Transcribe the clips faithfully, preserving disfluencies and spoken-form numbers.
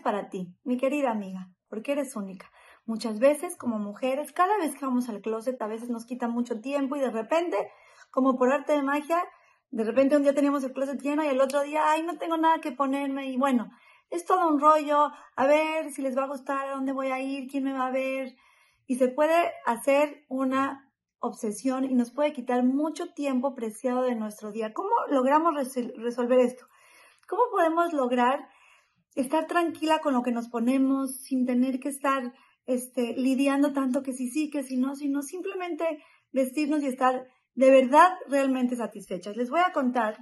para ti, mi querida amiga, porque eres única. Muchas veces, como mujeres, cada vez que vamos al closet, a veces nos quita mucho tiempo y de repente, como por arte de magia, de repente un día teníamos el closet lleno y el otro día, ay, no tengo nada que ponerme y bueno, es todo un rollo, a ver si les va a gustar, a dónde voy a ir, quién me va a ver. Y se puede hacer una obsesión y nos puede quitar mucho tiempo preciado de nuestro día. ¿Cómo logramos resol- resolver esto? ¿Cómo podemos lograr estar tranquila con lo que nos ponemos sin tener que estar este, lidiando tanto que si sí, que si no, sino simplemente vestirnos y estar de verdad realmente satisfechas? Les voy a contar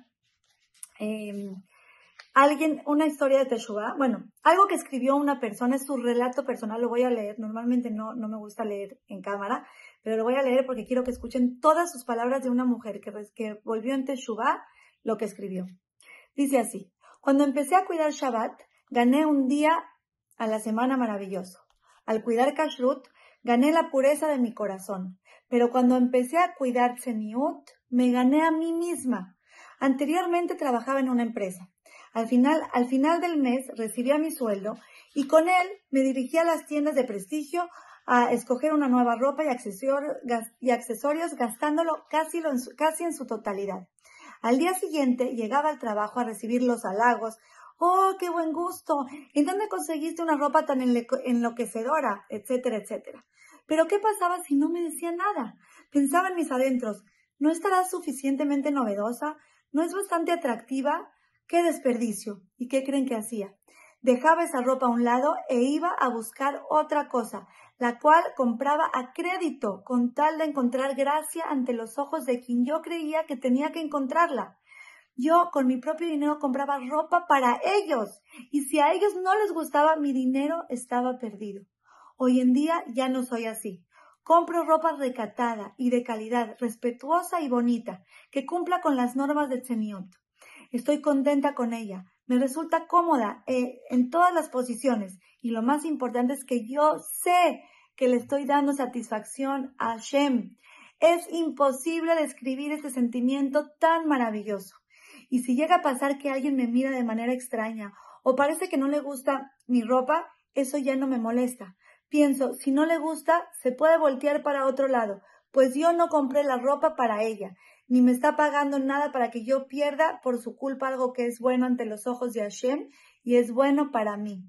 eh, alguien, una historia de Teshuvah. Bueno, algo que escribió una persona, es su relato personal, lo voy a leer. Normalmente no, no me gusta leer en cámara, pero lo voy a leer porque quiero que escuchen todas sus palabras de una mujer que, que volvió en Teshuvah lo que escribió. Dice así: cuando empecé a cuidar Shabbat, gané un día a la semana maravilloso. Al cuidar Kashrut, gané la pureza de mi corazón. Pero cuando empecé a cuidar Tzeniut, me gané a mí misma. Anteriormente trabajaba en una empresa. Al final, al final del mes recibía mi sueldo y con él me dirigía a las tiendas de prestigio a escoger una nueva ropa y accesorios, y accesorios gastándolo casi, lo en su, casi en su totalidad. Al día siguiente llegaba al trabajo a recibir los halagos. ¡Oh, qué buen gusto! ¿En dónde conseguiste una ropa tan enloquecedora? Etcétera, etcétera. Pero ¿qué pasaba si no me decía nada? Pensaba en mis adentros. ¿No estará suficientemente novedosa? ¿No es bastante atractiva? ¡Qué desperdicio! ¿Y qué creen que hacía? Dejaba esa ropa a un lado e iba a buscar otra cosa, la cual compraba a crédito con tal de encontrar gracia ante los ojos de quien yo creía que tenía que encontrarla. Yo con mi propio dinero compraba ropa para ellos y si a ellos no les gustaba, mi dinero estaba perdido. Hoy en día ya no soy así. Compro ropa recatada y de calidad, respetuosa y bonita, que cumpla con las normas de Tzeniut. Estoy contenta con ella. Me resulta cómoda eh, en todas las posiciones y lo más importante es que yo sé que le estoy dando satisfacción a Hashem. Es imposible describir este sentimiento tan maravilloso. Y si llega a pasar que alguien me mira de manera extraña o parece que no le gusta mi ropa, eso ya no me molesta. Pienso, si no le gusta, se puede voltear para otro lado, pues yo no compré la ropa para ella, ni me está pagando nada para que yo pierda por su culpa algo que es bueno ante los ojos de Hashem y es bueno para mí.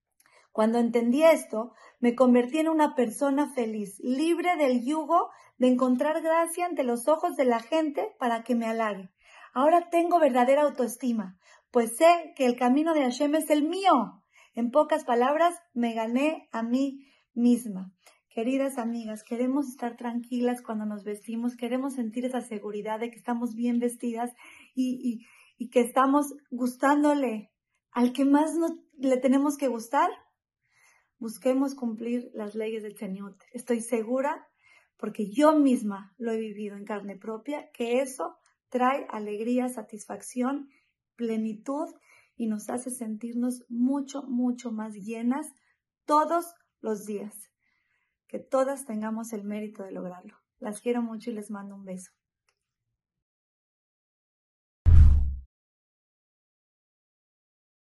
Cuando entendí esto, me convertí en una persona feliz, libre del yugo de encontrar gracia ante los ojos de la gente para que me halague. Ahora tengo verdadera autoestima, pues sé que el camino de Hashem es el mío. En pocas palabras, me gané a mí misma. Queridas amigas, queremos estar tranquilas cuando nos vestimos, queremos sentir esa seguridad de que estamos bien vestidas y, y, y que estamos gustándole al que más nos, le tenemos que gustar. Busquemos cumplir las leyes del Tzeniut. Estoy segura, porque yo misma lo he vivido en carne propia, que eso trae alegría, satisfacción, plenitud y nos hace sentirnos mucho, mucho más llenas todos los días. Que todas tengamos el mérito de lograrlo. Las quiero mucho y les mando un beso.